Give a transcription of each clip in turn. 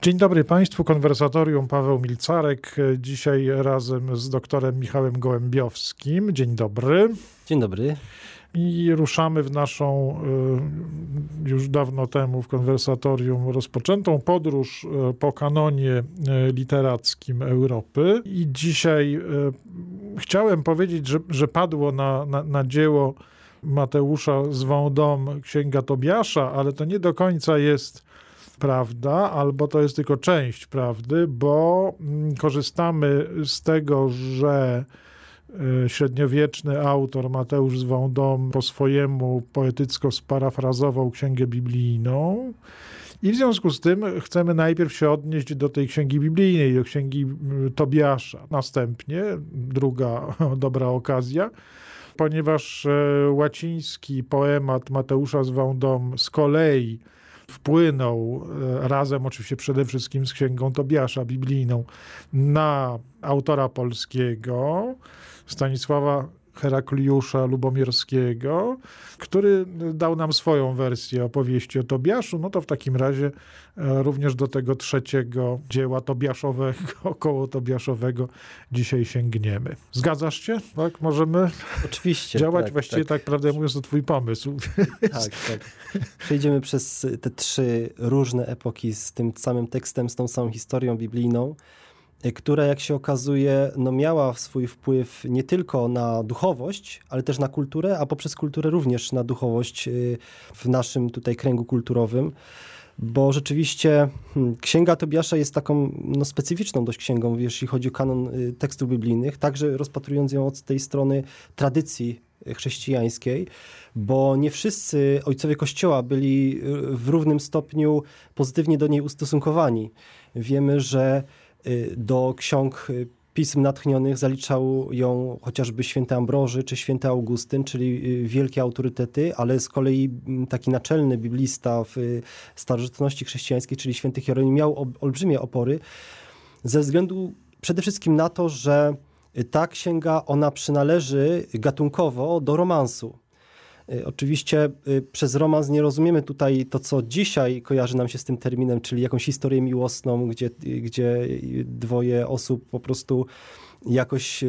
Dzień dobry Państwu, Konwersatorium, Paweł Milcarek, dzisiaj razem z doktorem Michałem Gołębiowskim. Dzień dobry. Dzień dobry. I ruszamy w naszą już dawno temu w Konwersatorium rozpoczętą podróż po kanonie literackim Europy. I dzisiaj chciałem powiedzieć, że padło na dzieło Mateusza z Vendôme Księga Tobiasza, ale to nie do końca jest prawda, albo to jest tylko część prawdy, bo korzystamy z tego, że średniowieczny autor Mateusz z Vendôme po swojemu poetycko sparafrazował księgę biblijną i w związku z tym chcemy najpierw się odnieść do tej księgi biblijnej, do księgi Tobiasza. Następnie, druga dobra okazja, ponieważ łaciński poemat Mateusza z Vendôme z kolei wpłynął razem oczywiście przede wszystkim z księgą Tobiasza biblijną na autora polskiego Stanisława Herakliusza Lubomirskiego, który dał nam swoją wersję opowieści o Tobiaszu. No to w takim razie również do tego trzeciego dzieła tobiaszowego, około tobiaszowego dzisiaj sięgniemy. Zgadzasz się? Tak? Możemy oczywiście działać właściwie tak, prawdę mówiąc, to twój pomysł. Tak. Przejdziemy przez te trzy różne epoki z tym samym tekstem, z tą samą historią biblijną, która, jak się okazuje, miała swój wpływ nie tylko na duchowość, ale też na kulturę, a poprzez kulturę również na duchowość w naszym tutaj kręgu kulturowym. Bo rzeczywiście Księga Tobiasza jest taką specyficzną dość księgą, jeśli chodzi o kanon tekstów biblijnych, także rozpatrując ją od tej strony tradycji chrześcijańskiej, bo nie wszyscy ojcowie Kościoła byli w równym stopniu pozytywnie do niej ustosunkowani. Wiemy, że do ksiąg pism natchnionych zaliczał ją chociażby święty Ambroży czy święty Augustyn, czyli wielkie autorytety, ale z kolei taki naczelny biblista w starożytności chrześcijańskiej, czyli święty Hieronim, miał olbrzymie opory ze względu przede wszystkim na to, że ta księga, ona przynależy gatunkowo do romansu. Oczywiście przez romans nie rozumiemy tutaj to, co dzisiaj kojarzy nam się z tym terminem, czyli jakąś historię miłosną, gdzie dwoje osób po prostu jakoś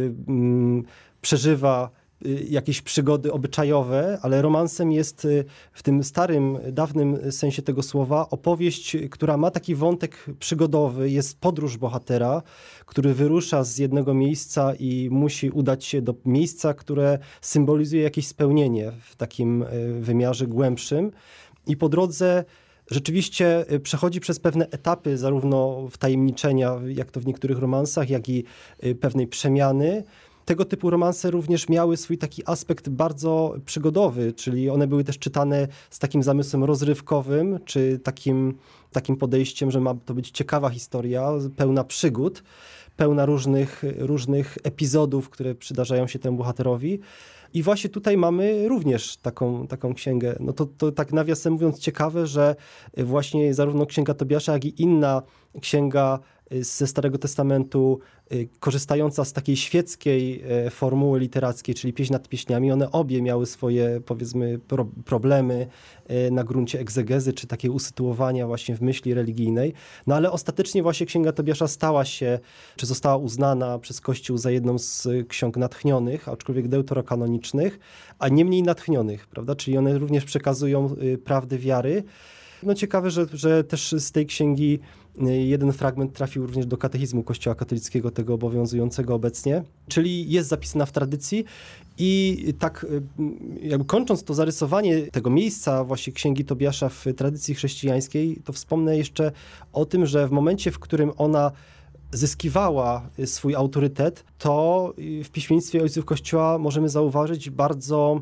przeżywa jakieś przygody obyczajowe, ale romansem jest w tym starym, dawnym sensie tego słowa opowieść, która ma taki wątek przygodowy, jest podróż bohatera, który wyrusza z jednego miejsca i musi udać się do miejsca, które symbolizuje jakieś spełnienie w takim wymiarze głębszym i po drodze rzeczywiście przechodzi przez pewne etapy zarówno wtajemniczenia, jak to w niektórych romansach, jak i pewnej przemiany. Tego typu romanse również miały swój taki aspekt bardzo przygodowy, czyli one były też czytane z takim zamysłem rozrywkowym, czy takim podejściem, że ma to być ciekawa historia, pełna przygód, pełna różnych epizodów, które przydarzają się temu bohaterowi. I właśnie tutaj mamy również taką księgę. To tak nawiasem mówiąc ciekawe, że właśnie zarówno Księga Tobiasza, jak i inna księga ze Starego Testamentu, korzystająca z takiej świeckiej formuły literackiej, czyli pieśń nad pieśniami, one obie miały swoje, powiedzmy, problemy na gruncie egzegezy, czy takiego usytuowania właśnie w myśli religijnej. Ale ostatecznie właśnie Księga Tobiasza stała się, czy została uznana przez Kościół za jedną z ksiąg natchnionych, aczkolwiek deuterokanonicznych, a nie mniej natchnionych, prawda? Czyli one również przekazują prawdy wiary. Ciekawe, że też z tej księgi jeden fragment trafił również do katechizmu Kościoła katolickiego, tego obowiązującego obecnie, czyli jest zapisana w tradycji i tak jakby kończąc to zarysowanie tego miejsca właśnie Księgi Tobiasza w tradycji chrześcijańskiej, to wspomnę jeszcze o tym, że w momencie, w którym ona zyskiwała swój autorytet, to w piśmiennictwie ojców Kościoła możemy zauważyć bardzo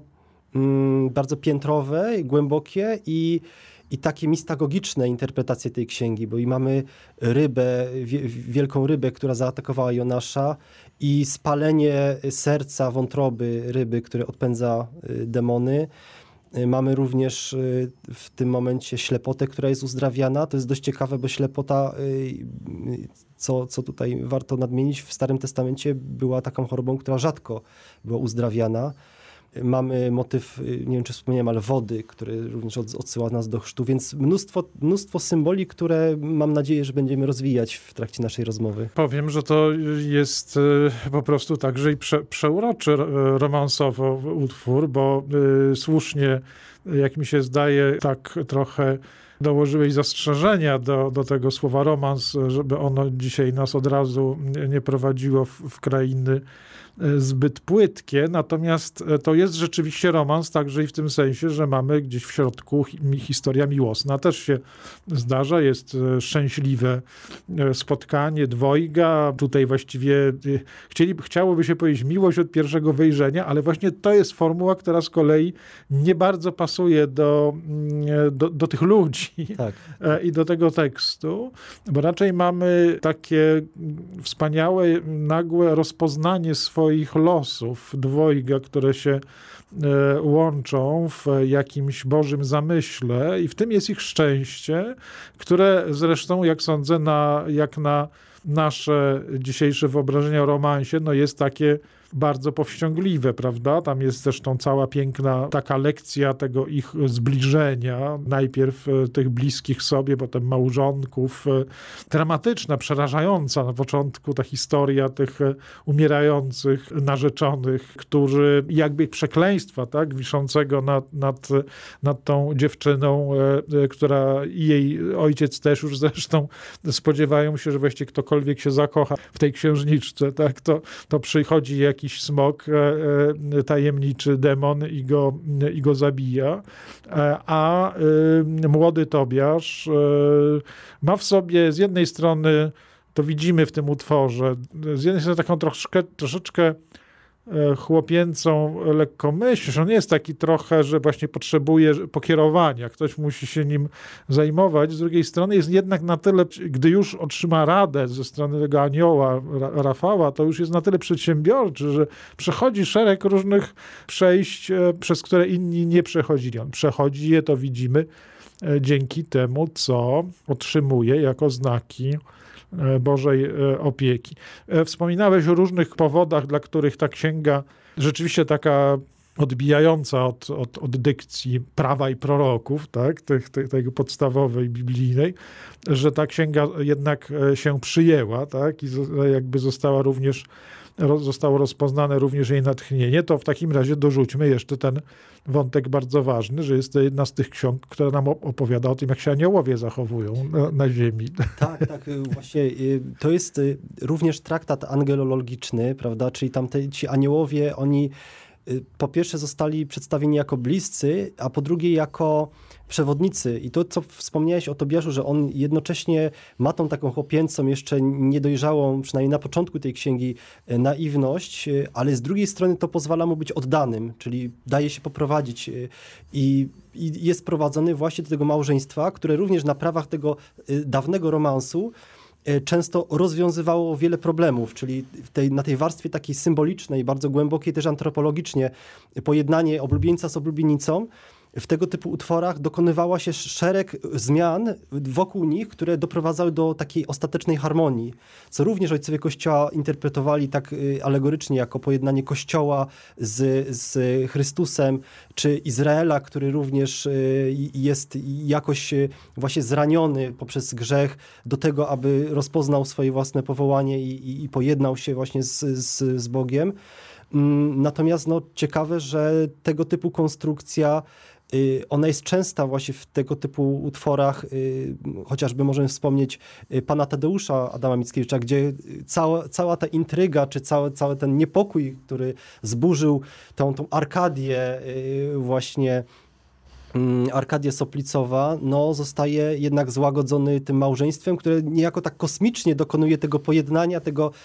piętrowe, głębokie i takie mistagogiczne interpretacje tej księgi, bo i mamy rybę, wielką rybę, która zaatakowała Jonasza i spalenie serca, wątroby ryby, które odpędza demony. Mamy również w tym momencie ślepotę, która jest uzdrawiana. To jest dość ciekawe, bo ślepota, co tutaj warto nadmienić, w Starym Testamencie była taką chorobą, która rzadko była uzdrawiana. Mamy motyw, nie wiem czy wspomniałem, ale wody, który również odsyła nas do chrztu, więc mnóstwo symboli, które mam nadzieję, że będziemy rozwijać w trakcie naszej rozmowy. Powiem, że to jest po prostu także i przeuroczy romansowo utwór, bo słusznie, jak mi się zdaje, tak trochę dołożyłeś zastrzeżenia do tego słowa romans, żeby ono dzisiaj nas od razu nie prowadziło w krainy zbyt płytkie, natomiast to jest rzeczywiście romans także i w tym sensie, że mamy gdzieś w środku historia miłosna. Też się zdarza, jest szczęśliwe spotkanie dwojga. Tutaj właściwie chciałoby się powiedzieć miłość od pierwszego wejrzenia, ale właśnie to jest formuła, która z kolei nie bardzo pasuje do tych ludzi tak. I do tego tekstu, bo raczej mamy takie wspaniałe, nagłe rozpoznanie swoich losów dwojga, które się łączą w jakimś Bożym zamyśle i w tym jest ich szczęście, które zresztą, jak sądzę, jak na nasze dzisiejsze wyobrażenia o romansie, no jest takie bardzo powściągliwe, prawda? Tam jest zresztą cała piękna taka lekcja tego ich zbliżenia. Najpierw tych bliskich sobie, potem małżonków. Dramatyczna, przerażająca na początku ta historia tych umierających narzeczonych, którzy jakby przekleństwa, tak? Wiszącego nad tą dziewczyną, która i jej ojciec też już zresztą spodziewają się, że właściwie ktokolwiek się zakocha w tej księżniczce, tak? To przychodzi jakiś smok, tajemniczy demon i go zabija. A młody Tobiasz ma w sobie z jednej strony, to widzimy w tym utworze, z jednej strony taką troszeczkę chłopięcą lekkomyślność. On jest taki trochę, że właśnie potrzebuje pokierowania. Ktoś musi się nim zajmować. Z drugiej strony jest jednak na tyle, gdy już otrzyma radę ze strony tego anioła Rafała, to już jest na tyle przedsiębiorczy, że przechodzi szereg różnych przejść, przez które inni nie przechodzili. On przechodzi je, to widzimy, dzięki temu, co otrzymuje jako znaki Bożej opieki. Wspominałeś o różnych powodach, dla których ta księga rzeczywiście taka odbijająca od dykcji prawa i proroków, tak, tej podstawowej, biblijnej, że ta księga jednak się przyjęła, tak, i jakby zostało rozpoznane również jej natchnienie, to w takim razie dorzućmy jeszcze ten wątek bardzo ważny, że jest to jedna z tych ksiąg, która nam opowiada o tym, jak się aniołowie zachowują na ziemi. Tak, właśnie to jest również traktat angelologiczny, prawda, czyli ci aniołowie, oni po pierwsze zostali przedstawieni jako bliscy, a po drugie jako przewodnicy. I to, co wspomniałeś o Tobiaszu, że on jednocześnie ma tą taką chłopięcą, jeszcze niedojrzałą, przynajmniej na początku tej księgi, naiwność, ale z drugiej strony to pozwala mu być oddanym, czyli daje się poprowadzić i jest prowadzony właśnie do tego małżeństwa, które również na prawach tego dawnego romansu często rozwiązywało wiele problemów, czyli na tej warstwie takiej symbolicznej, bardzo głębokiej też antropologicznie, pojednanie oblubieńca z oblubienicą, w tego typu utworach dokonywała się szereg zmian wokół nich, które doprowadzały do takiej ostatecznej harmonii, co również ojcowie Kościoła interpretowali tak alegorycznie jako pojednanie Kościoła z Chrystusem, czy Izraela, który również jest jakoś właśnie zraniony poprzez grzech do tego, aby rozpoznał swoje własne powołanie i pojednał się właśnie z Bogiem. Natomiast ciekawe, że tego typu konstrukcja ona jest częsta właśnie w tego typu utworach, chociażby możemy wspomnieć Pana Tadeusza Adama Mickiewicza, gdzie cała ta intryga, czy cały ten niepokój, który zburzył tą Arkadię właśnie, Arkadia Soplicowa, zostaje jednak złagodzony tym małżeństwem, które niejako tak kosmicznie dokonuje tego pojednania,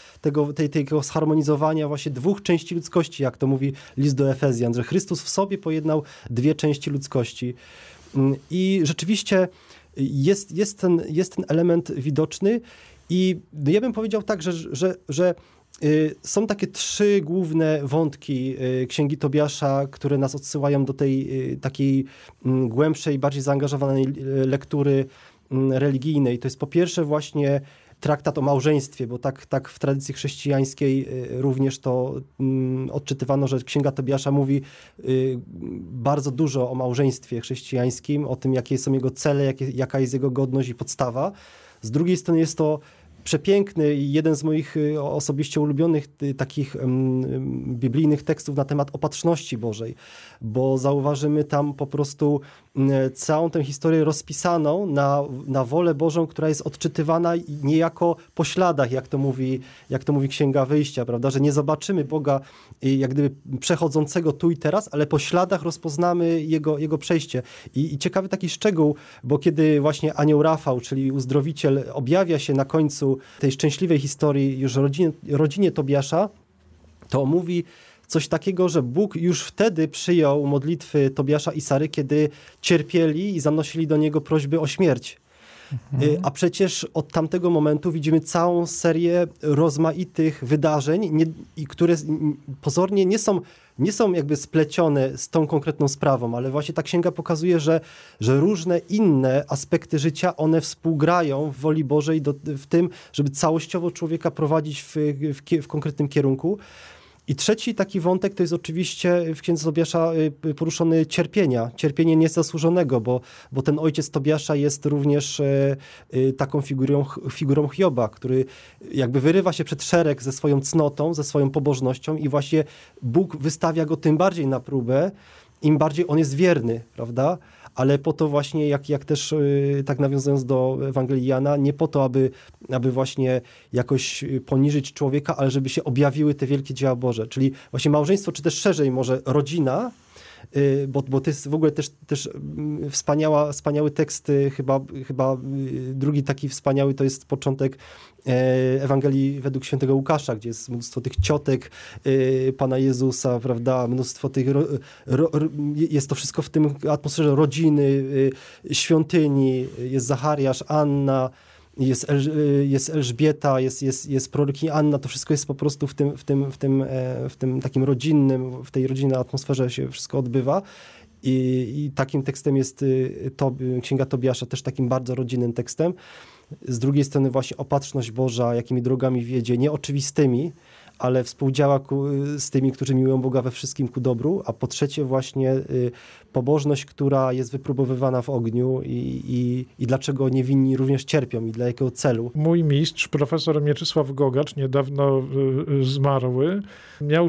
tego zharmonizowania właśnie dwóch części ludzkości, jak to mówi list do Efezjan, że Chrystus w sobie pojednał dwie części ludzkości. I rzeczywiście jest ten element widoczny i ja bym powiedział tak, że są takie trzy główne wątki Księgi Tobiasza, które nas odsyłają do tej takiej głębszej, bardziej zaangażowanej lektury religijnej. To jest po pierwsze właśnie traktat o małżeństwie, bo tak w tradycji chrześcijańskiej również to odczytywano, że Księga Tobiasza mówi bardzo dużo o małżeństwie chrześcijańskim, o tym, jakie są jego cele, jaka jest jego godność i podstawa. Z drugiej strony jest to przepiękny i jeden z moich osobiście ulubionych takich biblijnych tekstów na temat opatrzności Bożej, bo zauważymy tam po prostu całą tę historię rozpisaną na wolę Bożą, która jest odczytywana niejako po śladach, jak to mówi Księga Wyjścia, prawda, że nie zobaczymy Boga jak gdyby przechodzącego tu i teraz, ale po śladach rozpoznamy jego przejście. I ciekawy taki szczegół, bo kiedy właśnie anioł Rafał, czyli uzdrowiciel, objawia się na końcu tej szczęśliwej historii już rodzinie Tobiasza, to mówi coś takiego, że Bóg już wtedy przyjął modlitwy Tobiasza i Sary, kiedy cierpieli i zanosili do niego prośby o śmierć. A przecież od tamtego momentu widzimy całą serię rozmaitych wydarzeń, które pozornie nie są jakby splecione z tą konkretną sprawą, ale właśnie ta księga pokazuje, że różne inne aspekty życia, one współgrają w woli Bożej w tym, żeby całościowo człowieka prowadzić w konkretnym kierunku. I trzeci taki wątek to jest oczywiście w Księdze Tobiasza poruszony cierpienie niezasłużonego, bo ten ojciec Tobiasza jest również taką figurą Hioba, który jakby wyrywa się przed szereg ze swoją cnotą, ze swoją pobożnością i właśnie Bóg wystawia go tym bardziej na próbę, im bardziej on jest wierny, prawda? Ale po to właśnie, jak też tak nawiązując do Ewangelii Jana, nie po to, aby właśnie jakoś poniżyć człowieka, ale żeby się objawiły te wielkie dzieła Boże. Czyli właśnie małżeństwo, czy też szerzej może rodzina, bo to jest w ogóle też wspaniały tekst, chyba drugi taki wspaniały to jest początek Ewangelii według świętego Łukasza, gdzie jest mnóstwo tych ciotek Pana Jezusa, prawda, mnóstwo tych, jest to wszystko w tym atmosferze rodziny, świątyni, jest Zachariasz, Anna, jest Elżbieta, jest prorokinia Anna, to wszystko jest po prostu w tym takim rodzinnym, w tej rodzinnej atmosferze się wszystko odbywa. I takim tekstem jest Księga Tobiasza, też takim bardzo rodzinnym tekstem. Z drugiej strony właśnie opatrzność Boża, jakimi drogami wiedzie, nieoczywistymi, ale współdziała z tymi, którzy miłują Boga we wszystkim ku dobru, a po trzecie właśnie pobożność, która jest wypróbowywana w ogniu i dlaczego niewinni również cierpią i dla jakiego celu. Mój mistrz, profesor Mieczysław Gogacz, niedawno zmarły, miał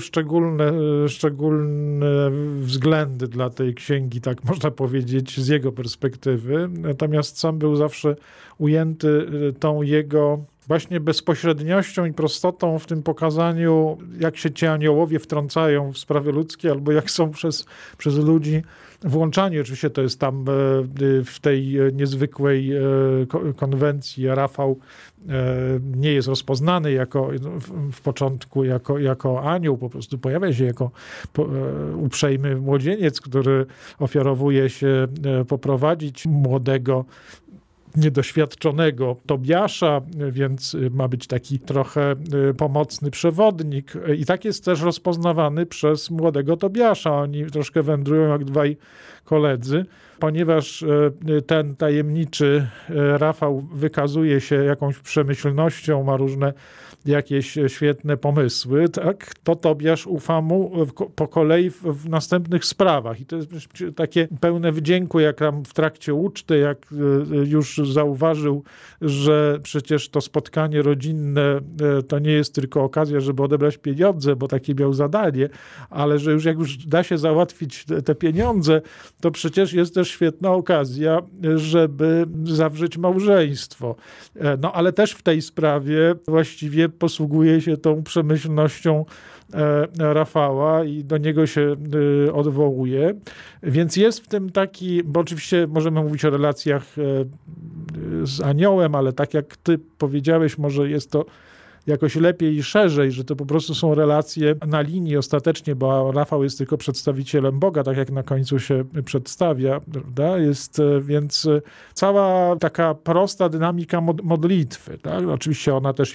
szczególne względy dla tej księgi, tak można powiedzieć, z jego perspektywy. Natomiast sam był zawsze ujęty tą jego właśnie bezpośredniością i prostotą w tym pokazaniu, jak się ci aniołowie wtrącają w sprawy ludzkie, albo jak są przez ludzi włączani. Oczywiście to jest tam w tej niezwykłej konwencji. Rafał nie jest rozpoznany w początku jako anioł, po prostu pojawia się jako uprzejmy młodzieniec, który ofiarowuje się poprowadzić młodego, niedoświadczonego Tobiasza, więc ma być taki trochę pomocny przewodnik. I tak jest też rozpoznawany przez młodego Tobiasza. Oni troszkę wędrują jak dwaj koledzy, ponieważ ten tajemniczy Rafał wykazuje się jakąś przemyślnością, ma różne jakieś świetne pomysły, tak? To Tobiasz ufa mu po kolei w następnych sprawach. I to jest takie pełne wdzięku, jak tam w trakcie uczty, jak już zauważył, że przecież to spotkanie rodzinne to nie jest tylko okazja, żeby odebrać pieniądze, bo takie miał zadanie, ale że jak już da się załatwić te pieniądze, to przecież jest też świetna okazja, żeby zawrzeć małżeństwo. No ale też w tej sprawie właściwie posługuje się tą przemyślnością Rafała i do niego się odwołuje. Więc jest w tym taki, bo oczywiście możemy mówić o relacjach z aniołem, ale tak jak ty powiedziałeś, może jest to jakoś lepiej i szerzej, że to po prostu są relacje na linii ostatecznie, bo Rafał jest tylko przedstawicielem Boga, tak jak na końcu się przedstawia, prawda? Jest więc cała taka prosta dynamika modlitwy, tak? Oczywiście ona też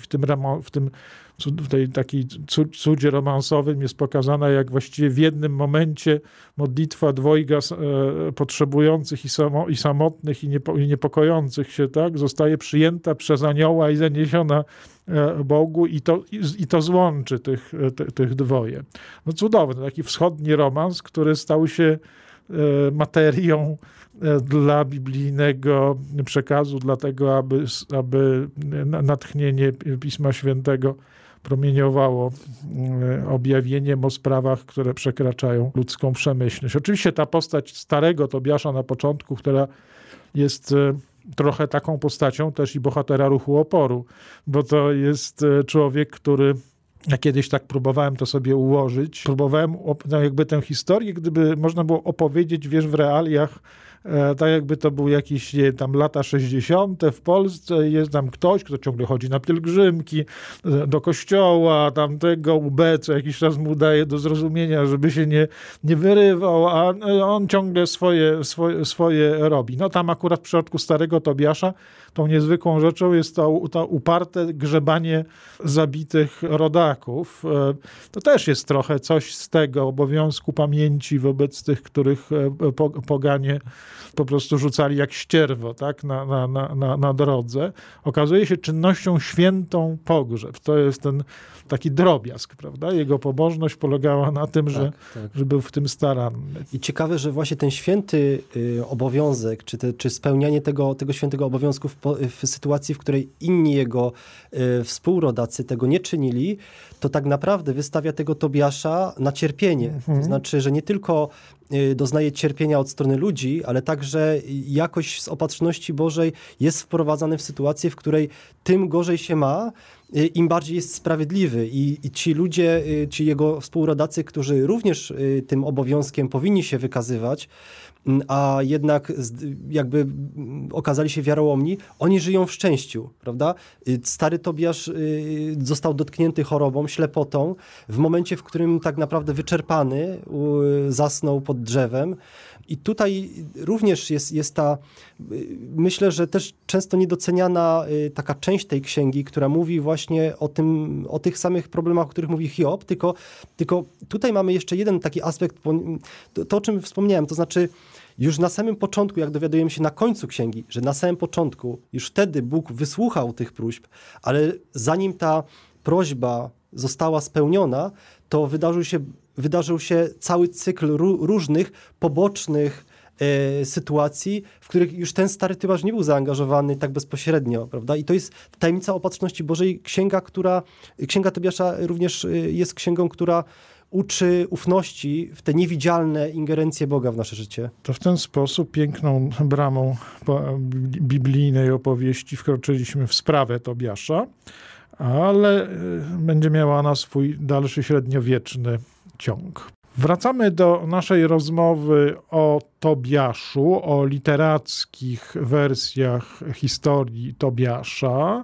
w tej takiej cudzie romansowym jest pokazana, jak właściwie w jednym momencie modlitwa dwojga potrzebujących i samotnych i niepokojących się, tak, zostaje przyjęta przez anioła i zaniesiona Bogu i to złączy tych dwoje. No cudowny, taki wschodni romans, który stał się materią dla biblijnego przekazu, dlatego aby natchnienie Pisma Świętego promieniowało objawieniem o sprawach, które przekraczają ludzką przemyślność. Oczywiście ta postać starego Tobiasza na początku, która jest trochę taką postacią też i bohatera ruchu oporu, bo to jest człowiek, który... Ja kiedyś tak próbowałem to sobie ułożyć. Próbowałem jakby tę historię, gdyby można było opowiedzieć, w realiach, tak jakby to był jakieś tam lata 60. w Polsce, jest tam ktoś, kto ciągle chodzi na pielgrzymki do kościoła, tamtego UB, co jakiś czas mu daje do zrozumienia, żeby się nie wyrywał, a on ciągle swoje robi. No tam akurat w przypadku starego Tobiasza tą niezwykłą rzeczą jest to uparte grzebanie zabitych rodaków. To też jest trochę coś z tego obowiązku pamięci wobec tych, których poganie po prostu rzucali jak ścierwo, tak, na drodze. Okazuje się czynnością świętą pogrzeb. To jest ten taki drobiazg, prawda? Jego pobożność polegała na tym, że był w tym staranny. I ciekawe, że właśnie ten święty obowiązek, czy spełnianie tego świętego obowiązku w sytuacji, w której inni jego współrodacy tego nie czynili, to tak naprawdę wystawia tego Tobiasza na cierpienie. To znaczy, że nie tylko doznaje cierpienia od strony ludzi, ale także jakoś z opatrzności Bożej jest wprowadzany w sytuację, w której tym gorzej się ma, im bardziej jest sprawiedliwy. I ci ludzie, ci jego współrodacy, którzy również tym obowiązkiem powinni się wykazywać, a jednak jakby okazali się wiarołomni, oni żyją w szczęściu, prawda? Stary Tobiasz został dotknięty chorobą, ślepotą, w momencie, w którym tak naprawdę wyczerpany zasnął pod drzewem. I tutaj również jest ta, myślę, że też często niedoceniana taka część tej księgi, która mówi właśnie o tych samych problemach, o których mówi Hiob, tylko tutaj mamy jeszcze jeden taki aspekt, to o czym wspomniałem, to znaczy już na samym początku, jak dowiadujemy się na końcu księgi, że na samym początku, już wtedy Bóg wysłuchał tych próśb, ale zanim ta prośba została spełniona, to wydarzył się cały cykl różnych pobocznych sytuacji, w których już ten stary Tobiasz nie był zaangażowany tak bezpośrednio, prawda? I to jest tajemnica opatrzności Bożej. Księga Tobiasza również jest księgą, która uczy ufności w te niewidzialne ingerencje Boga w nasze życie. To w ten sposób piękną bramą biblijnej opowieści wkroczyliśmy w sprawę Tobiasza, ale będzie miała ona swój dalszy średniowieczny ciąg. Wracamy do naszej rozmowy o Tobiaszu, o literackich wersjach historii Tobiasza.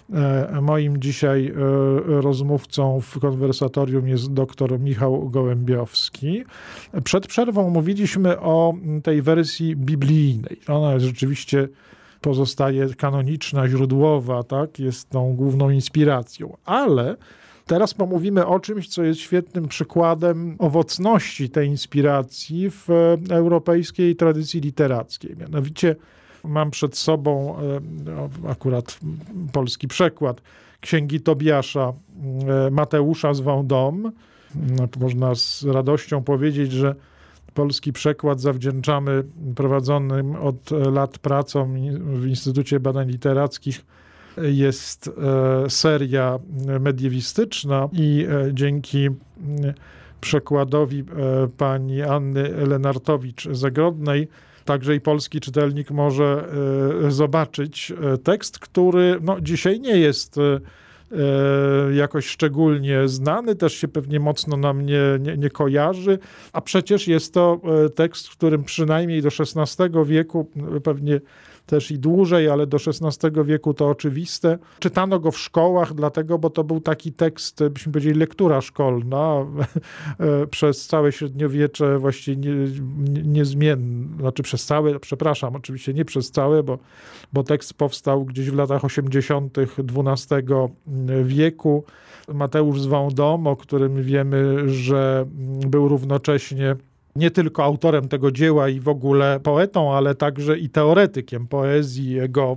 Moim dzisiaj rozmówcą w konwersatorium jest dr Michał Gołębiowski. Przed przerwą mówiliśmy o tej wersji biblijnej. Ona jest rzeczywiście pozostaje kanoniczna, źródłowa, tak? Jest tą główną inspiracją, ale teraz pomówimy o czymś, co jest świetnym przykładem owocności tej inspiracji w europejskiej tradycji literackiej. Mianowicie mam przed sobą akurat polski przekład Księgi Tobiasza Mateusza z Vendôme. Można z radością powiedzieć, że polski przekład zawdzięczamy prowadzonym od lat pracom w Instytucie Badań Literackich. Jest seria mediewistyczna i dzięki przekładowi pani Anny Lenartowicz-Zagrodnej także i polski czytelnik może zobaczyć tekst, który dzisiaj nie jest jakoś szczególnie znany, też się pewnie mocno nam nie kojarzy, a przecież jest to tekst, w którym przynajmniej do XVI wieku pewnie też i dłużej, ale do XVI wieku to oczywiste. Czytano go w szkołach, dlatego, bo to był taki tekst, byśmy powiedzieli, lektura szkolna przez całe średniowiecze właściwie niezmienny, znaczy przez całe, przepraszam, oczywiście nie przez całe, bo tekst powstał gdzieś w latach 80. XII wieku. Mateusz z Vendôme, o którym wiemy, że był równocześnie nie tylko autorem tego dzieła i w ogóle poetą, ale także i teoretykiem poezji. Jego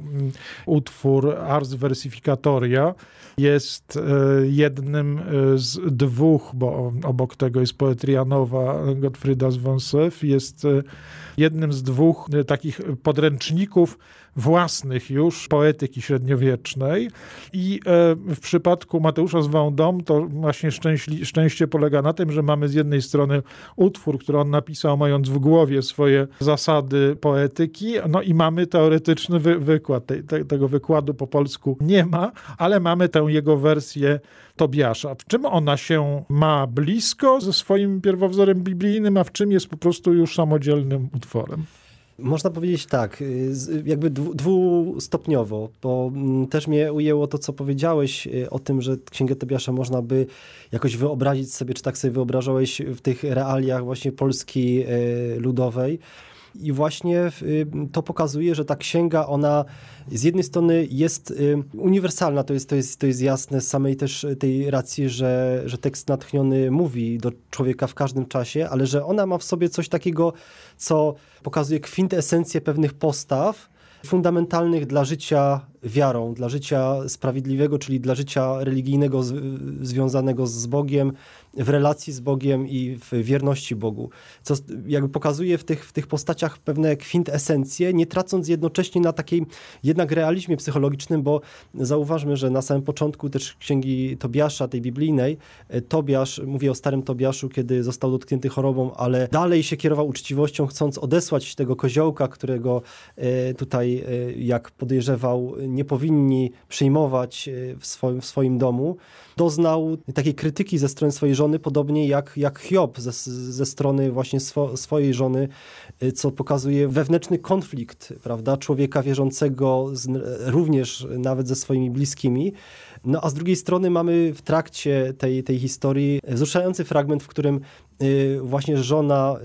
utwór Ars Versificatoria jest jednym z dwóch, bo obok tego jest Poetria Nowa Gottfrieda z Vonsev, jest jednym z dwóch takich podręczników własnych już poetyki średniowiecznej. I w przypadku Mateusza z Vendôme to właśnie szczęście polega na tym, że mamy z jednej strony utwór, który on napisał, mając w głowie swoje zasady poetyki, no i mamy teoretyczny wykład. Tego wykładu po polsku nie ma, ale mamy tę jego wersję Tobiasza. W czym ona się ma blisko ze swoim pierwowzorem biblijnym, a w czym jest po prostu już samodzielnym utworem? Można powiedzieć tak, jakby dwustopniowo, bo też mnie ujęło to, co powiedziałeś o tym, że Księgę Tobiasza można by jakoś wyobrazić sobie, czy tak sobie wyobrażałeś w tych realiach właśnie Polski ludowej. I właśnie to pokazuje, że ta księga, ona z jednej strony jest uniwersalna, to jest jasne z samej też tej racji, że tekst natchniony mówi do człowieka w każdym czasie, ale że ona ma w sobie coś takiego, co pokazuje kwintesencję pewnych postaw fundamentalnych dla życia wiarą, dla życia sprawiedliwego, czyli dla życia religijnego związanego z Bogiem, w relacji z Bogiem i w wierności Bogu. Co jakby pokazuje w tych postaciach pewne kwintesencje, nie tracąc jednocześnie na takiej jednak realizmie psychologicznym, bo zauważmy, że na samym początku też Księgi Tobiasza, tej biblijnej, Tobiasz, mówię o starym Tobiaszu, kiedy został dotknięty chorobą, ale dalej się kierował uczciwością, chcąc odesłać tego koziołka, którego tutaj, jak podejrzewał, nie powinni przyjmować w swoim domu. Doznał takiej krytyki ze strony swojej żony, podobnie jak Hiob ze strony właśnie swojej żony, co pokazuje wewnętrzny konflikt, prawda, człowieka wierzącego również nawet ze swoimi bliskimi. No a z drugiej strony mamy w trakcie tej historii wzruszający fragment, w którym właśnie żona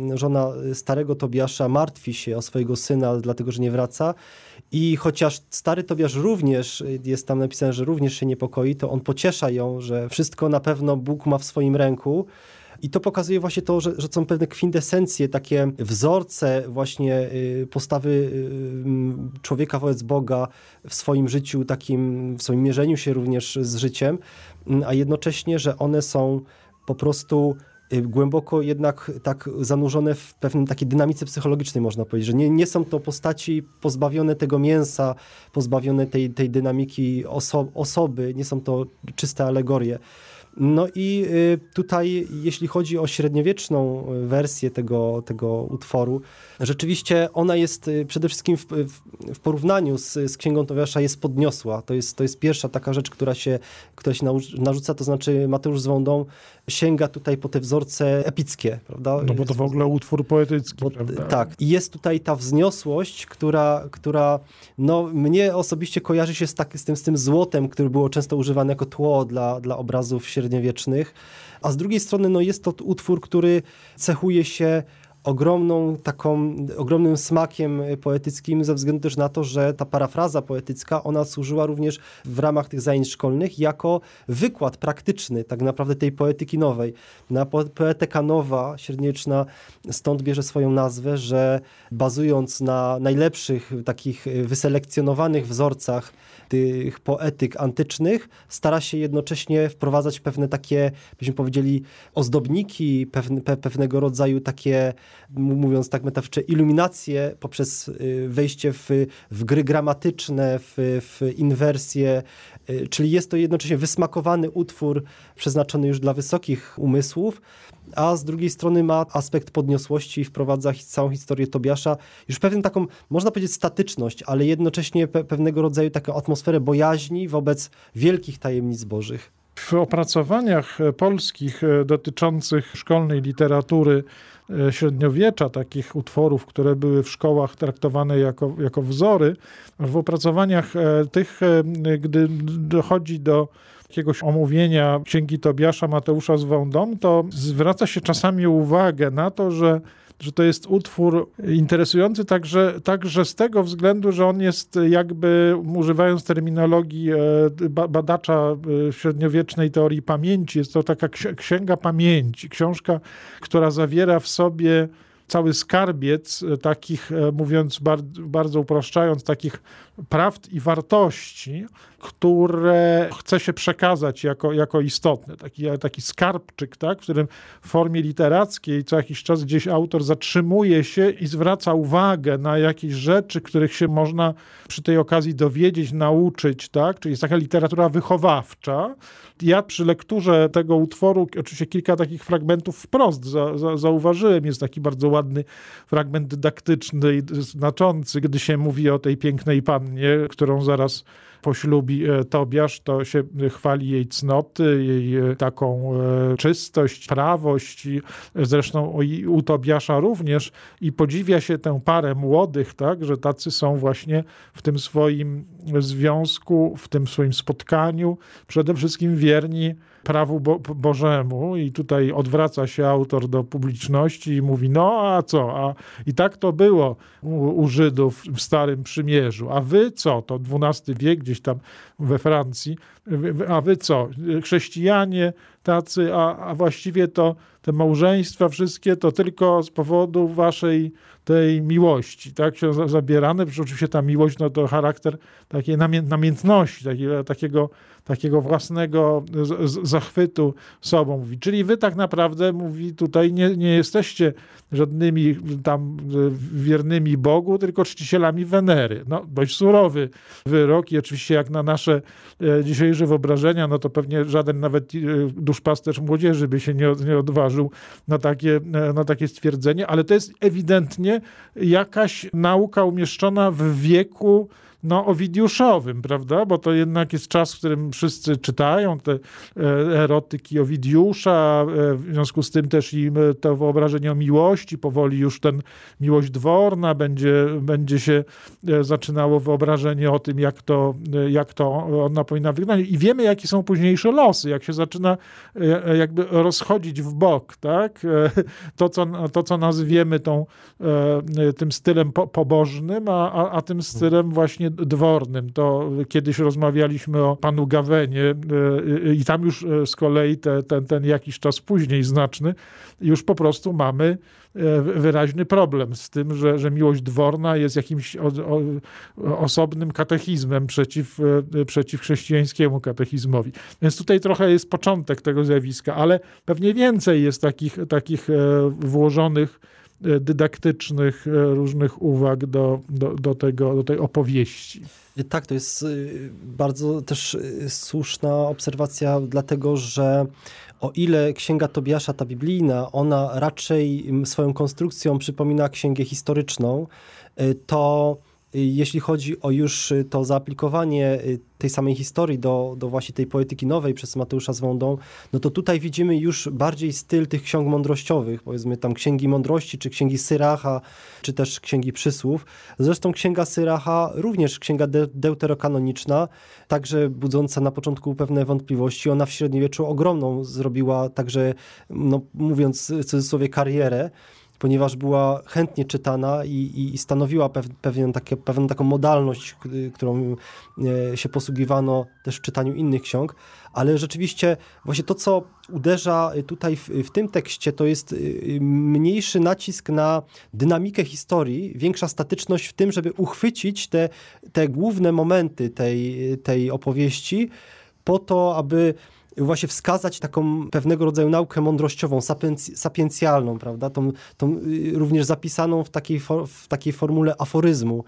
starego Tobiasza martwi się o swojego syna, dlatego że nie wraca. I chociaż stary Tobiasz również, jest tam napisane, że również się niepokoi, to on pociesza ją, że wszystko na pewno Bóg ma w swoim ręku. I to pokazuje właśnie to, że są pewne kwintesencje, takie wzorce właśnie postawy człowieka wobec Boga w swoim życiu, takim, w swoim mierzeniu się również z życiem, a jednocześnie, że one są po prostu głęboko jednak tak zanurzone w pewnym takiej dynamice psychologicznej, można powiedzieć, że nie są to postaci pozbawione tego mięsa, pozbawione tej dynamiki osoby, nie są to czyste alegorie. No i tutaj, jeśli chodzi o średniowieczną wersję tego utworu, rzeczywiście ona jest przede wszystkim w porównaniu z Księgą Tobiasza jest podniosła. To jest pierwsza taka rzecz, która się narzuca, to znaczy Mateusz z Vendôme sięga tutaj po te wzorce epickie, prawda? No bo to w ogóle utwór poetycki, prawda? Tak. I jest tutaj ta wzniosłość, która no, mnie osobiście kojarzy się z tym złotem, które było często używane jako tło dla obrazów średniowiecznych. A z drugiej strony no, jest to utwór, który cechuje się ogromnym smakiem poetyckim ze względu też na to, że ta parafraza poetycka, ona służyła również w ramach tych zajęć szkolnych jako wykład praktyczny tak naprawdę tej poetyki nowej. Poetyka nowa, średniowieczna, stąd bierze swoją nazwę, że bazując na najlepszych takich wyselekcjonowanych wzorcach tych poetyk antycznych, stara się jednocześnie wprowadzać pewne takie, byśmy powiedzieli, ozdobniki, pewnego rodzaju takie, mówiąc tak metaforycznie, iluminacje poprzez wejście w gry gramatyczne, w inwersję, czyli jest to jednocześnie wysmakowany utwór przeznaczony już dla wysokich umysłów, a z drugiej strony ma aspekt podniosłości i wprowadza całą historię Tobiasza, już pewną taką, można powiedzieć, statyczność, ale jednocześnie pewnego rodzaju taką atmosferę bojaźni wobec wielkich tajemnic bożych. W opracowaniach polskich dotyczących szkolnej literatury średniowiecza, takich utworów, które były w szkołach traktowane jako wzory, w opracowaniach tych, gdy dochodzi do jakiegoś omówienia Księgi Tobiasza Mateusza z Wądą, to zwraca się czasami uwagę na to, że to jest utwór interesujący także z tego względu, że on jest jakby, używając terminologii badacza średniowiecznej teorii pamięci, jest to taka księga pamięci, książka, która zawiera w sobie cały skarbiec takich, mówiąc bardzo upraszczając, takich prawd i wartości, które chce się przekazać jako istotne. Taki skarbczyk, tak, w którym w formie literackiej co jakiś czas gdzieś autor zatrzymuje się i zwraca uwagę na jakieś rzeczy, których się można przy tej okazji dowiedzieć, nauczyć, tak? Czyli jest taka literatura wychowawcza. Ja przy lekturze tego utworu oczywiście kilka takich fragmentów wprost zauważyłem. Jest taki bardzo ładny fragment dydaktyczny i znaczący, gdy się mówi o tej pięknej pannie, którą zaraz poślubi Tobiasz, to się chwali jej cnoty, jej taką czystość, prawość i zresztą u Tobiasza również i podziwia się tę parę młodych, tak, że tacy są właśnie w tym swoim związku, w tym swoim spotkaniu przede wszystkim wierni prawu Bożemu i tutaj odwraca się autor do publiczności i mówi, no a co? I tak to było u Żydów w Starym Przymierzu. A wy co? To XII wiek gdzieś tam we Francji. A wy co? Chrześcijanie tacy, a właściwie to te małżeństwa wszystkie to tylko z powodu waszej tej miłości, tak, się zabierane, przecież oczywiście ta miłość, no to charakter takiej namiętności, takiego własnego zachwytu sobą, mówi. Czyli wy tak naprawdę, mówi tutaj, nie jesteście żadnymi tam wiernymi Bogu, tylko czcicielami Wenery. No, dość surowy wyrok i oczywiście jak na nasze dzisiejsze wyobrażenia, no to pewnie żaden nawet duszpasterz młodzieży by się nie odważył na takie stwierdzenie, ale to jest ewidentnie jakaś nauka umieszczona w wieku owidiuszowym, prawda? Bo to jednak jest czas, w którym wszyscy czytają te erotyki Owidiusza, w związku z tym też i to wyobrażenie o miłości, powoli już miłość dworna będzie się zaczynało wyobrażenie o tym, jak to ona powinna wyglądać. I wiemy, jakie są późniejsze losy, jak się zaczyna jakby rozchodzić w bok, tak? To, co nazwiemy tym stylem pobożnym, a tym stylem właśnie dwornym. To kiedyś rozmawialiśmy o panu Gawenie i tam już z kolei ten jakiś czas później znaczny, już po prostu mamy wyraźny problem z tym, że miłość dworna jest jakimś osobnym katechizmem przeciw chrześcijańskiemu katechizmowi. Więc tutaj trochę jest początek tego zjawiska, ale pewnie więcej jest takich włożonych dydaktycznych różnych uwag do tej opowieści. Tak, to jest bardzo też słuszna obserwacja, dlatego że o ile Księga Tobiasza, ta biblijna, ona raczej swoją konstrukcją przypomina księgę historyczną, to jeśli chodzi o już to zaaplikowanie tej samej historii do właśnie tej poetyki nowej przez Mateusza z Wądą, no to tutaj widzimy już bardziej styl tych ksiąg mądrościowych, powiedzmy tam Księgi Mądrości, czy Księgi Syracha, czy też Księgi Przysłów. Zresztą Księga Syracha, również księga deuterokanoniczna, także budząca na początku pewne wątpliwości. Ona w średniowieczu ogromną zrobiła także, mówiąc w cudzysłowie, karierę, ponieważ była chętnie czytana i stanowiła pewną taką modalność, którą się posługiwano też w czytaniu innych ksiąg, ale rzeczywiście właśnie to, co uderza tutaj w tym tekście, to jest mniejszy nacisk na dynamikę historii, większa statyczność w tym, żeby uchwycić te główne momenty tej opowieści po to, aby właśnie wskazać taką pewnego rodzaju naukę mądrościową, sapiencjalną, prawda? Tą również zapisaną w takiej formule aforyzmu.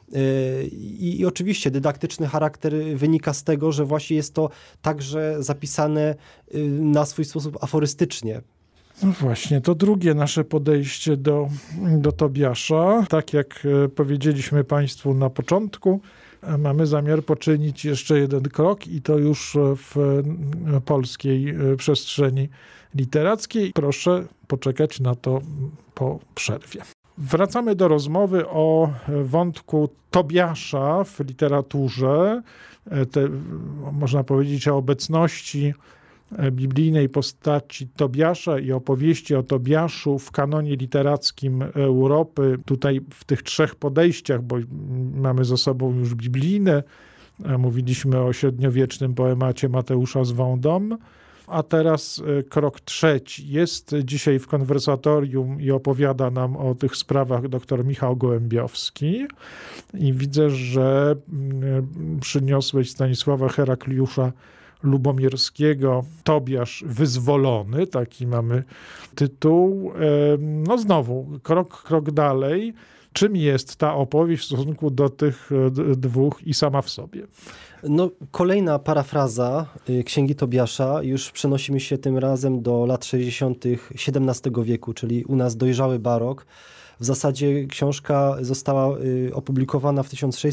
I oczywiście dydaktyczny charakter wynika z tego, że właśnie jest to także zapisane na swój sposób aforystycznie. No właśnie, to drugie nasze podejście do Tobiasza. Tak jak powiedzieliśmy Państwu na początku, mamy zamiar poczynić jeszcze jeden krok i to już w polskiej przestrzeni literackiej. Proszę poczekać na to po przerwie. Wracamy do rozmowy o wątku Tobiasza w literaturze. Można powiedzieć o obecności biblijnej postaci Tobiasza i opowieści o Tobiaszu w kanonie literackim Europy. Tutaj w tych trzech podejściach, bo mamy za sobą już biblijne, mówiliśmy o średniowiecznym poemacie Mateusza z Vendôme, a teraz krok trzeci. Jest dzisiaj w konwersatorium i opowiada nam o tych sprawach dr Michał Gołębiowski. I widzę, że przyniosłeś Stanisława Herakliusza Lubomirskiego, Tobiasz wyzwolony, taki mamy tytuł. No znowu, krok dalej. Czym jest ta opowieść w stosunku do tych dwóch i sama w sobie? No, kolejna parafraza Księgi Tobiasza. Już przenosimy się tym razem do lat 60. XVII wieku, czyli u nas dojrzały barok. W zasadzie książka została opublikowana w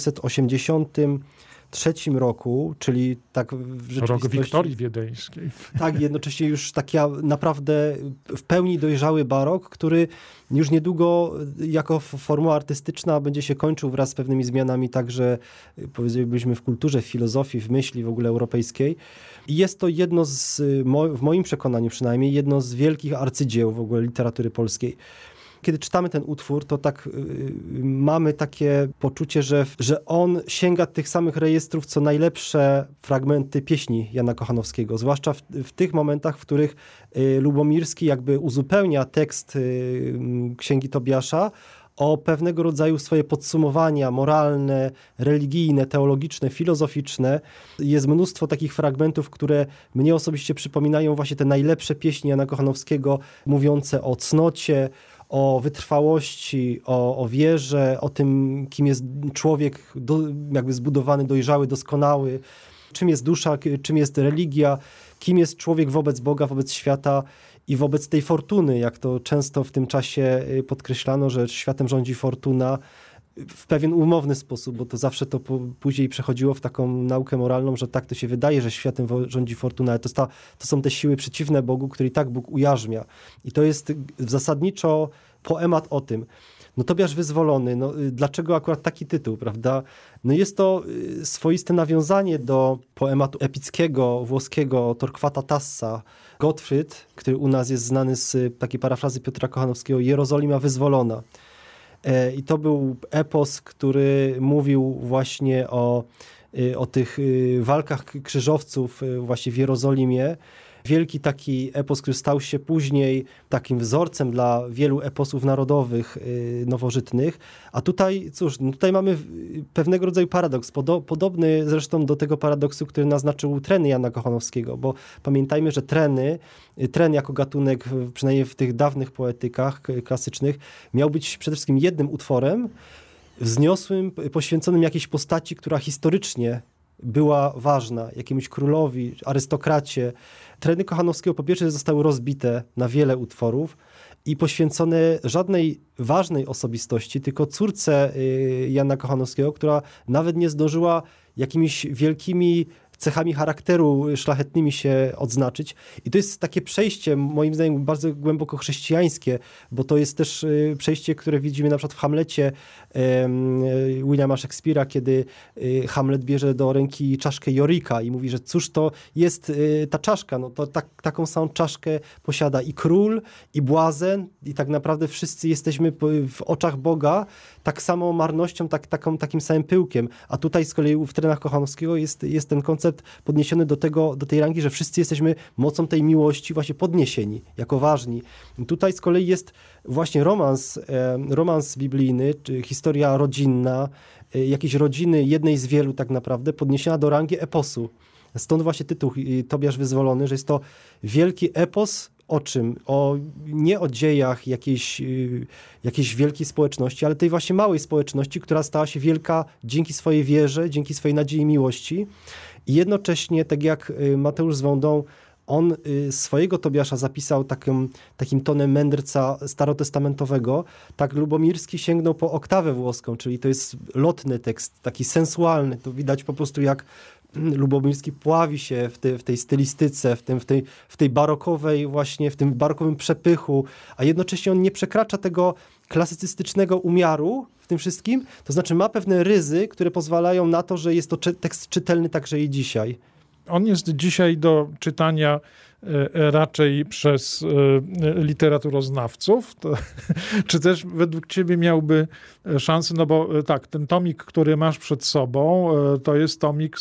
1683 roku, czyli tak w rzeczywistości... Rok Wiktorii Wiedeńskiej. Tak, jednocześnie już taki naprawdę w pełni dojrzały barok, który już niedługo jako formuła artystyczna będzie się kończył wraz z pewnymi zmianami także, powiedzielibyśmy, w kulturze, w filozofii, w myśli w ogóle europejskiej. I jest to jedno w moim przekonaniu przynajmniej, jedno z wielkich arcydzieł w ogóle literatury polskiej. Kiedy czytamy ten utwór, to tak mamy takie poczucie, że on sięga tych samych rejestrów, co najlepsze fragmenty pieśni Jana Kochanowskiego. Zwłaszcza w tych momentach, w których Lubomirski jakby uzupełnia tekst Księgi Tobiasza o pewnego rodzaju swoje podsumowania moralne, religijne, teologiczne, filozoficzne. Jest mnóstwo takich fragmentów, które mnie osobiście przypominają właśnie te najlepsze pieśni Jana Kochanowskiego, mówiące o cnocie, o wytrwałości, o wierze, o tym, kim jest człowiek jakby zbudowany, dojrzały, doskonały, czym jest dusza, czym jest religia, kim jest człowiek wobec Boga, wobec świata i wobec tej fortuny, jak to często w tym czasie podkreślano, że światem rządzi fortuna w pewien umowny sposób, bo to zawsze to później przechodziło w taką naukę moralną, że tak to się wydaje, że światem rządzi fortuna, ale to są te siły przeciwne Bogu, które i tak Bóg ujarzmia. I to jest zasadniczo poemat o tym. No Tobiasz wyzwolony, no dlaczego akurat taki tytuł, prawda? No jest to swoiste nawiązanie do poematu epickiego, włoskiego Torquata Tassa, Gottfried, który u nas jest znany z takiej parafrazy Piotra Kochanowskiego, Jerozolima wyzwolona. I to był epos, który mówił właśnie o tych walkach krzyżowców właśnie w Jerozolimie. Wielki taki epos, który stał się później takim wzorcem dla wielu eposów narodowych nowożytnych. A tutaj, cóż, tutaj mamy pewnego rodzaju paradoks, podobny zresztą do tego paradoksu, który naznaczył treny Jana Kochanowskiego, bo pamiętajmy, że tren jako gatunek, przynajmniej w tych dawnych poetykach klasycznych, miał być przede wszystkim jednym utworem wzniosłym, poświęconym jakiejś postaci, która historycznie była ważna, jakiemuś królowi, arystokracie. Treny Kochanowskiego po pierwsze zostały rozbite na wiele utworów i poświęcone żadnej ważnej osobistości, tylko córce Jana Kochanowskiego, która nawet nie zdążyła jakimiś wielkimi cechami charakteru szlachetnymi się odznaczyć. I to jest takie przejście, moim zdaniem, bardzo głęboko chrześcijańskie, bo to jest też przejście, które widzimy na przykład w Hamlecie Williama Shakespeare'a, kiedy Hamlet bierze do ręki czaszkę Jorika i mówi, że cóż to jest ta czaszka, no to taką samą czaszkę posiada i król, i błazen, i tak naprawdę wszyscy jesteśmy w oczach Boga tak samą marnością, takim samym pyłkiem. A tutaj z kolei w trenach Kochanowskiego jest ten koncept podniesiony do tej rangi, że wszyscy jesteśmy mocą tej miłości właśnie podniesieni, jako ważni. I tutaj z kolei jest właśnie romans biblijny, czy historia rodzinna, jakiejś rodziny, jednej z wielu tak naprawdę, podniesiona do rangi eposu. Stąd właśnie tytuł Tobiasz wyzwolony, że jest to wielki epos. O czym? Nie o dziejach jakiejś wielkiej społeczności, ale tej właśnie małej społeczności, która stała się wielka dzięki swojej wierze, dzięki swojej nadziei i miłości. I jednocześnie, tak jak Mateusz z Vendôme on swojego Tobiasza zapisał takim tonem mędrca starotestamentowego, tak Lubomirski sięgnął po oktawę włoską, czyli to jest lotny tekst, taki sensualny. To widać po prostu, jak Lubomirski pławi się w tej stylistyce, w tej barokowej właśnie, w tym barokowym przepychu, a jednocześnie on nie przekracza tego klasycystycznego umiaru w tym wszystkim, to znaczy ma pewne ryzy, które pozwalają na to, że jest to tekst czytelny także i dzisiaj. On jest dzisiaj do czytania raczej przez literaturoznawców, czy też według ciebie miałby szansę, no bo tak, ten tomik, który masz przed sobą, to jest tomik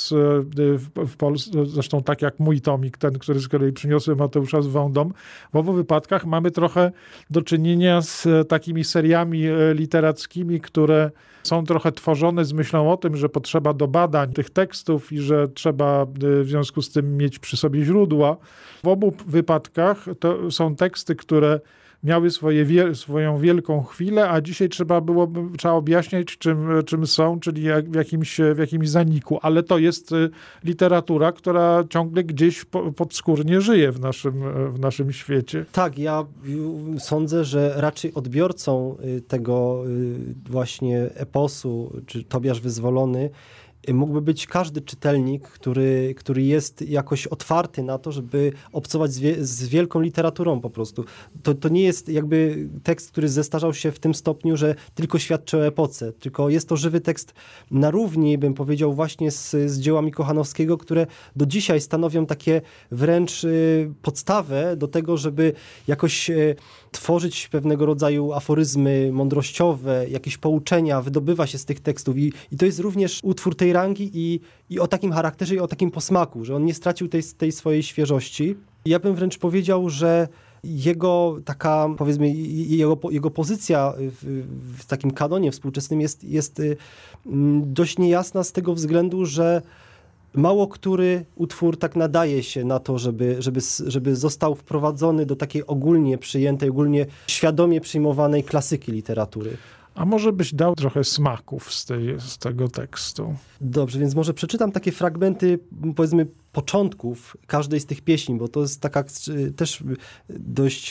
w Polsce, zresztą tak jak mój tomik, ten, który z kolei przyniosłem Mateusza z Wądom, w obu wypadkach mamy trochę do czynienia z takimi seriami literackimi, które są trochę tworzone z myślą o tym, że potrzeba do badań tych tekstów i że trzeba w związku z tym mieć przy sobie źródła. W obu wypadkach to są teksty, które miały swoją wielką chwilę, a dzisiaj trzeba objaśniać, czym są, czyli w jakimś zaniku. Ale to jest literatura, która ciągle gdzieś podskórnie żyje w naszym świecie. Tak, ja sądzę, że raczej odbiorcą tego właśnie eposu, czy Tobiasz Wyzwolony, mógłby być każdy czytelnik, który jest jakoś otwarty na to, żeby obcować z wielką literaturą po prostu. To nie jest jakby tekst, który zestarzał się w tym stopniu, że tylko świadczy o epoce, tylko jest to żywy tekst na równi, bym powiedział, właśnie z dziełami Kochanowskiego, które do dzisiaj stanowią takie wręcz podstawę do tego, żeby jakoś tworzyć pewnego rodzaju aforyzmy mądrościowe, jakieś pouczenia, wydobywa się z tych tekstów i to jest również utwór tej rangi i o takim charakterze i o takim posmaku, że on nie stracił tej swojej świeżości. Ja bym wręcz powiedział, że jego taka, powiedzmy, jego pozycja w takim kanonie współczesnym jest dość niejasna z tego względu, że mało który utwór tak nadaje się na to, żeby został wprowadzony do takiej ogólnie przyjętej, ogólnie świadomie przyjmowanej klasyki literatury. A może byś dał trochę smaków z tego tekstu? Dobrze, więc może przeczytam takie fragmenty, powiedzmy, początków każdej z tych pieśni, bo to jest taka też dość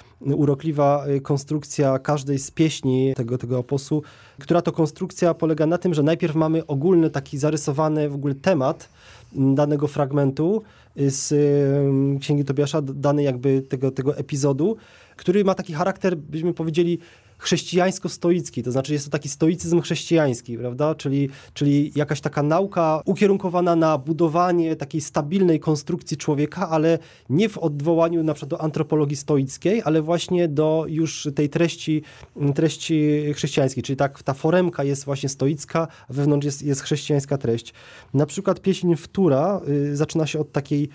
urokliwa konstrukcja każdej z pieśni tego eposu, która to konstrukcja polega na tym, że najpierw mamy ogólny taki zarysowany w ogóle temat danego fragmentu z Księgi Tobiasza, dany jakby tego epizodu, który ma taki charakter, byśmy powiedzieli, chrześcijańsko-stoicki, to znaczy jest to taki stoicyzm chrześcijański, prawda? Czyli jakaś taka nauka ukierunkowana na budowanie takiej stabilnej konstrukcji człowieka, ale nie w odwołaniu na przykład do antropologii stoickiej, ale właśnie do już tej treści chrześcijańskiej, czyli ta foremka jest właśnie stoicka, a wewnątrz jest chrześcijańska treść. Na przykład pieśń Wtóra zaczyna się od takiej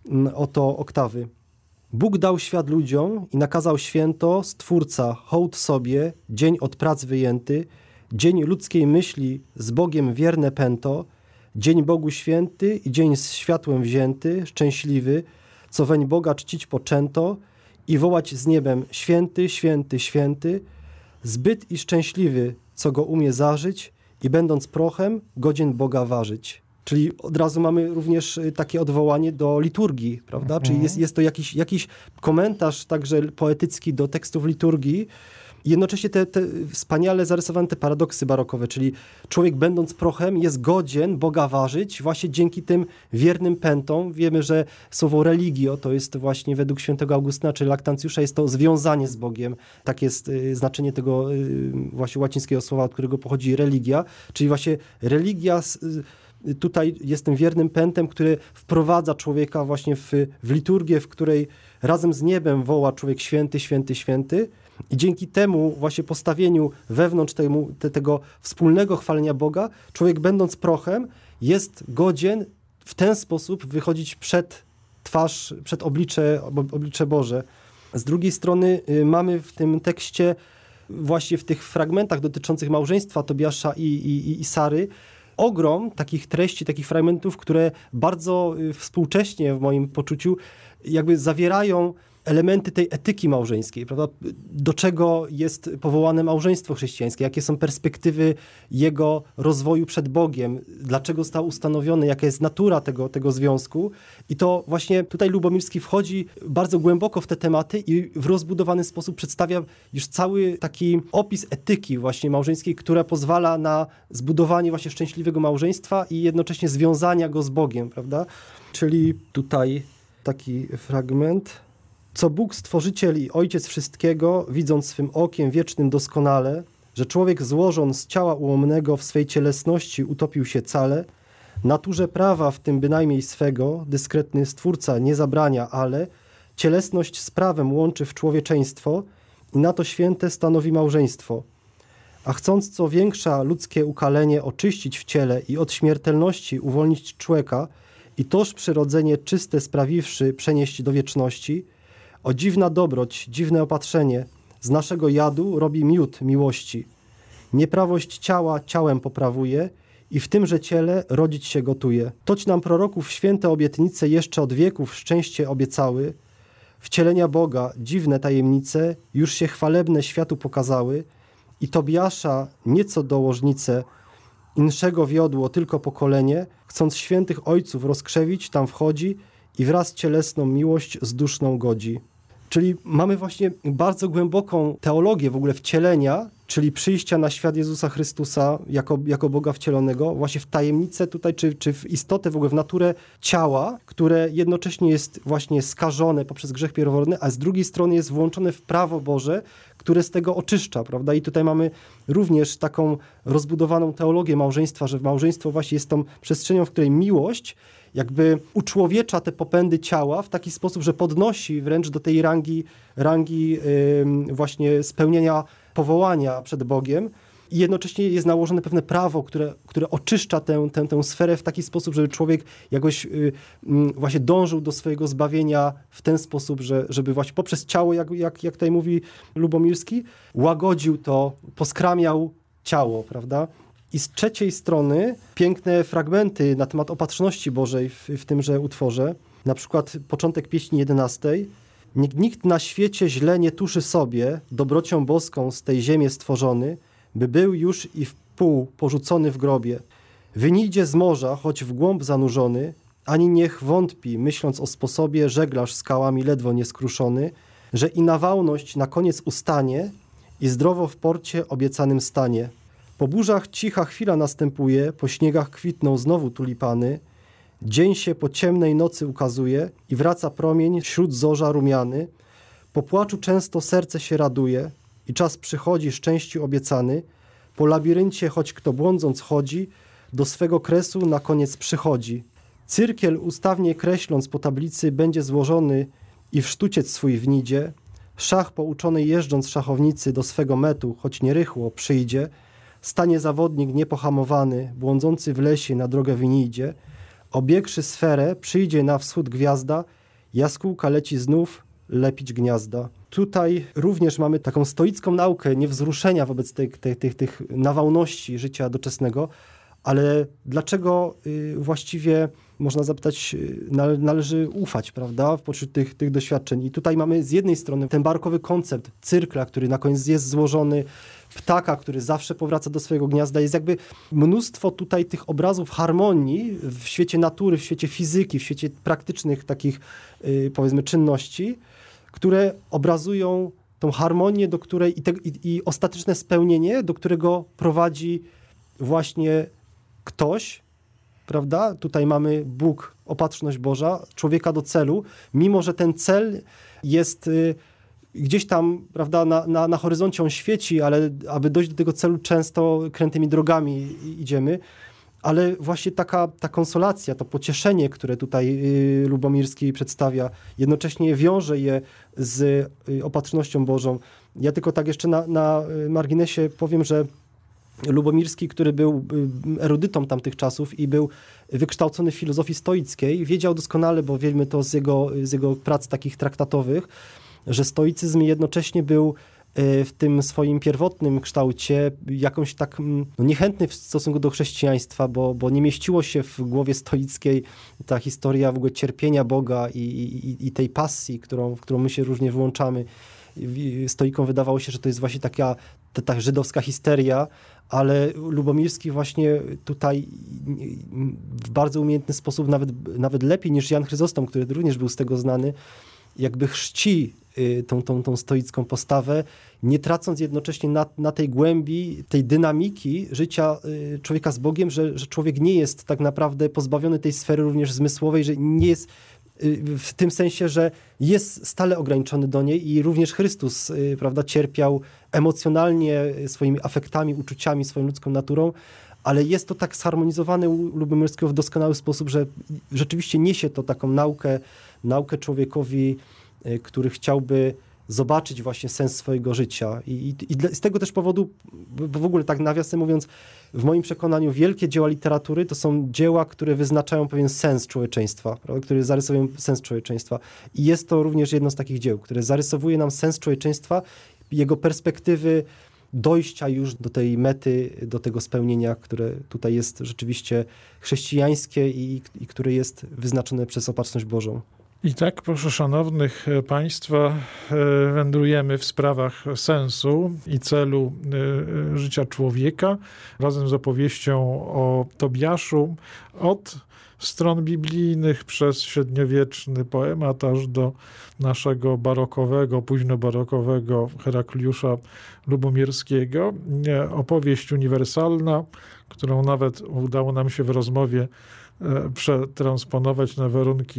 oto oktawy. Bóg dał świat ludziom i nakazał święto, Stwórca, hołd sobie, dzień od prac wyjęty, dzień ludzkiej myśli, z Bogiem wierne pęto, dzień Bogu święty i dzień z światłem wzięty, szczęśliwy, co weń Boga czcić poczęto i wołać z niebem święty, święty, święty, zbyt i szczęśliwy, co go umie zażyć i będąc prochem, godzien Boga ważyć. Czyli od razu mamy również takie odwołanie do liturgii, prawda? Czyli jest to jakiś komentarz także poetycki do tekstów liturgii. I jednocześnie te wspaniale zarysowane te paradoksy barokowe, czyli człowiek będąc prochem jest godzien Boga ważyć właśnie dzięki tym wiernym pętom. Wiemy, że słowo religio to jest właśnie według świętego Augustyna czy Laktancjusza jest to związanie z Bogiem. Tak jest znaczenie tego właśnie łacińskiego słowa, od którego pochodzi religia. Czyli właśnie religia tutaj jest tym wiernym pętem, który wprowadza człowieka właśnie w liturgię, w której razem z niebem woła człowiek święty, święty, święty. I dzięki temu właśnie postawieniu wewnątrz tego wspólnego chwalenia Boga, człowiek będąc prochem jest godzien w ten sposób wychodzić przed oblicze Boże. Z drugiej strony mamy w tym tekście właśnie w tych fragmentach dotyczących małżeństwa Tobiasza i Sary ogrom takich treści, takich fragmentów, które bardzo współcześnie w moim poczuciu jakby zawierają elementy tej etyki małżeńskiej, prawda? Do czego jest powołane małżeństwo chrześcijańskie, jakie są perspektywy jego rozwoju przed Bogiem, dlaczego został ustanowiony, jaka jest natura tego związku. I to właśnie tutaj Lubomirski wchodzi bardzo głęboko w te tematy i w rozbudowany sposób przedstawia już cały taki opis etyki właśnie małżeńskiej, która pozwala na zbudowanie właśnie szczęśliwego małżeństwa i jednocześnie związania go z Bogiem, prawda? Czyli tutaj taki fragment. Co Bóg, Stworzyciel i Ojciec wszystkiego, widząc swym okiem wiecznym doskonale, że człowiek złożon z ciała ułomnego w swej cielesności utopił się cale, naturze prawa, w tym bynajmniej swego, dyskretny Stwórca nie zabrania, ale cielesność z prawem łączy w człowieczeństwo i na to święte stanowi małżeństwo. A chcąc co większa ludzkie ukalenie oczyścić w ciele i od śmiertelności uwolnić człowieka i toż przyrodzenie czyste sprawiwszy przenieść do wieczności, o dziwna dobroć, dziwne opatrzenie, z naszego jadu robi miód miłości. Nieprawość ciała ciałem poprawuje i w tymże ciele rodzić się gotuje. Toć nam proroków święte obietnice jeszcze od wieków szczęście obiecały, wcielenia Boga, dziwne tajemnice, już się chwalebne światu pokazały i Tobiasza nieco dołożnice, inszego wiodło tylko pokolenie, chcąc świętych ojców rozkrzewić, tam wchodzi i wraz cielesną miłość z duszną godzi. Czyli mamy właśnie bardzo głęboką teologię w ogóle wcielenia, czyli przyjścia na świat Jezusa Chrystusa jako Boga wcielonego, właśnie w tajemnicę tutaj, czy w istotę, w ogóle w naturę ciała, które jednocześnie jest właśnie skażone poprzez grzech pierworodny, a z drugiej strony jest włączone w prawo Boże, które z tego oczyszcza, prawda? I tutaj mamy również taką rozbudowaną teologię małżeństwa, że małżeństwo właśnie jest tą przestrzenią, w której miłość jakby uczłowiecza te popędy ciała w taki sposób, że podnosi wręcz do tej rangi właśnie spełnienia powołania przed Bogiem i jednocześnie jest nałożone pewne prawo, które oczyszcza tę sferę w taki sposób, żeby człowiek jakoś właśnie dążył do swojego zbawienia w ten sposób, żeby właśnie poprzez ciało, jak tutaj mówi Lubomirski, łagodził to, poskramiał ciało, prawda? I z trzeciej strony piękne fragmenty na temat opatrzności Bożej w tymże utworze. Na przykład początek pieśni 11. Nikt na świecie źle nie tuszy sobie, dobrocią boską z tej ziemi stworzony, by był już i w pół porzucony w grobie. Wynijdzie z morza, choć w głąb zanurzony, ani niech wątpi, myśląc o sposobie, żeglarz skałami ledwo nieskruszony, że i nawałność na koniec ustanie i zdrowo w porcie obiecanym stanie. Po burzach cicha chwila następuje, po śniegach kwitną znowu tulipany, dzień się po ciemnej nocy ukazuje i wraca promień wśród zorza rumiany. Po płaczu często serce się raduje i czas przychodzi szczęściu obiecany. Po labiryncie, choć kto błądząc chodzi, do swego kresu na koniec przychodzi. Cyrkiel ustawnie kreśląc po tablicy będzie złożony i w sztuciec swój wnidzie. Szach pouczony jeżdżąc szachownicy do swego metu, choć nierychło przyjdzie. Stanie zawodnik niepohamowany, błądzący w lesie na drogę winijdzie. Obiegłszy sferę, przyjdzie na wschód gwiazda, jaskółka leci znów lepić gniazda. Tutaj również mamy taką stoicką naukę niewzruszenia wobec tych nawałności życia doczesnego, ale dlaczego właściwie, można zapytać, należy ufać, prawda, pośród tych doświadczeń. I tutaj mamy z jednej strony ten barokowy koncept cyrkla, który na koniec jest złożony, ptaka, który zawsze powraca do swojego gniazda. Jest jakby mnóstwo tutaj tych obrazów harmonii w świecie natury, w świecie fizyki, w świecie praktycznych takich, powiedzmy, czynności, które obrazują tą harmonię, do której i ostateczne spełnienie, do którego prowadzi właśnie ktoś, prawda? Tutaj mamy Bóg, opatrzność Boża, człowieka do celu, mimo że ten cel jest gdzieś tam, prawda, na horyzoncie on świeci, ale aby dojść do tego celu często krętymi drogami idziemy, ale właśnie ta konsolacja, to pocieszenie, które tutaj Lubomirski przedstawia, jednocześnie wiąże je z opatrznością Bożą. Ja tylko tak jeszcze na marginesie powiem, że Lubomirski, który był erudytą tamtych czasów i był wykształcony w filozofii stoickiej, wiedział doskonale, bo wiemy to z jego prac takich traktatowych, że stoicyzm jednocześnie był w tym swoim pierwotnym kształcie jakąś tak niechętny w stosunku do chrześcijaństwa, bo nie mieściło się w głowie stoickiej ta historia w ogóle cierpienia Boga i tej pasji, w którą my się różnie wyłączamy. Stoikom wydawało się, że to jest właśnie ta żydowska histeria, ale Lubomirski właśnie tutaj w bardzo umiejętny sposób, nawet lepiej niż Jan Chryzostom, który również był z tego znany, jakby chrzci tą stoicką postawę, nie tracąc jednocześnie na tej głębi, tej dynamiki życia człowieka z Bogiem, że człowiek nie jest tak naprawdę pozbawiony tej sfery również zmysłowej, że nie jest w tym sensie, że jest stale ograniczony do niej i również Chrystus, prawda, cierpiał emocjonalnie swoimi afektami, uczuciami, swoją ludzką naturą, ale jest to tak zharmonizowane u Lubomirskiego w doskonały sposób, że rzeczywiście niesie to taką naukę człowiekowi, który chciałby zobaczyć właśnie sens swojego życia. I z tego też powodu, bo w ogóle tak nawiasem mówiąc, w moim przekonaniu wielkie dzieła literatury to są dzieła, które wyznaczają pewien sens człowieczeństwa, prawda? Które zarysowują sens człowieczeństwa. I jest to również jedno z takich dzieł, które zarysowuje nam sens człowieczeństwa, jego perspektywy dojścia już do tej mety, do tego spełnienia, które tutaj jest rzeczywiście chrześcijańskie i które jest wyznaczone przez Opatrzność Bożą. I tak, proszę szanownych państwa, wędrujemy w sprawach sensu i celu życia człowieka razem z opowieścią o Tobiaszu od stron biblijnych przez średniowieczny poemat aż do naszego barokowego, późnobarokowego Herakliusza Lubomirskiego. Opowieść uniwersalna, którą nawet udało nam się w rozmowie przetransponować na warunki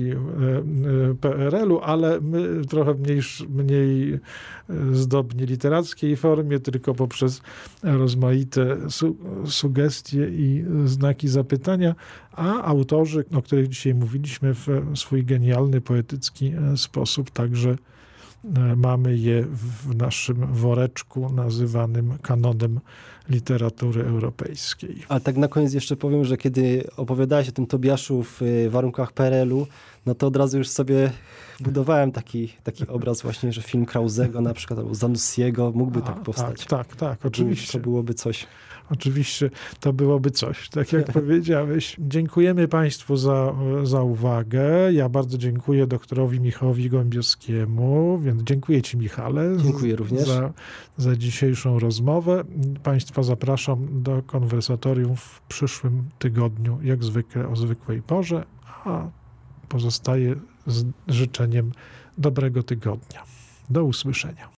PRL-u, ale my trochę mniej zdobnie literackiej formie, tylko poprzez rozmaite sugestie i znaki zapytania, a autorzy, o których dzisiaj mówiliśmy, w swój genialny, poetycki sposób także mamy je w naszym woreczku nazywanym kanonem literatury europejskiej. A tak na koniec jeszcze powiem, że kiedy opowiadałeś o tym Tobiaszu w warunkach PRL-u, no to od razu już sobie budowałem taki obraz właśnie, że film Krauzego na przykład, albo Zanussiego mógłby tak powstać. Tak, oczywiście. To byłoby coś. Oczywiście to byłoby coś, tak jak powiedziałeś. Dziękujemy Państwu za uwagę. Ja bardzo dziękuję doktorowi Michałowi Gołębiowskiemu, więc dziękuję Ci, Michale. Dziękuję również. Za dzisiejszą rozmowę. Państwa zapraszam do konwersatorium w przyszłym tygodniu, jak zwykle o zwykłej porze, a pozostaję z życzeniem dobrego tygodnia. Do usłyszenia.